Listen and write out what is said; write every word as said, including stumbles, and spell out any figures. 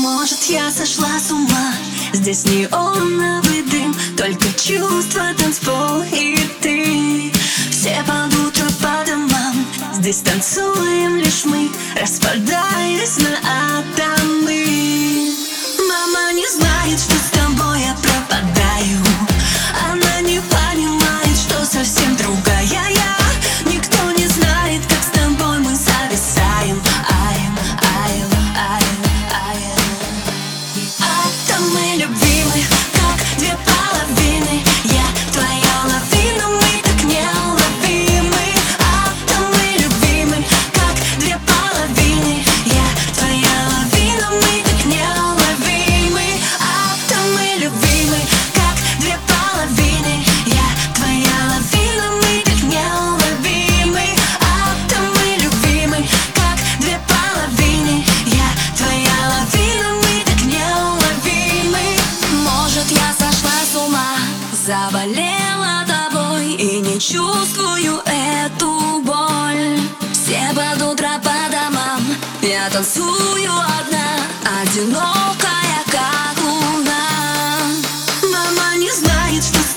Может, я сошла с ума. Здесь неоновый дым, только чувства, танцпол и ты. Все под утро по домам, здесь танцуем лишь мы, распадаясь на атомы. Мама не знает, что с тобой я пропадаю. Она не понимает, что совсем другая я. Никто не знает, как с тобой мы зависаем. Аем, аем, аем, аем. Атомы любимы, как две половины. Я твоя лавина, мы так неуловимы. Атомы любимы, как две половины. Я твоя лавина, мы так неуловимы. Атомы любимы, как две половины. Я твоя лавина, мы так неуловимы. Атомы любимы, как две половины. Я твоя лавина, мы так неуловимы. Может, я сошла с ума, заболела тобой и не чувствую эту боль. Все под утро по домам, я танцую одна, одинокая как луна. Мама не знает, что с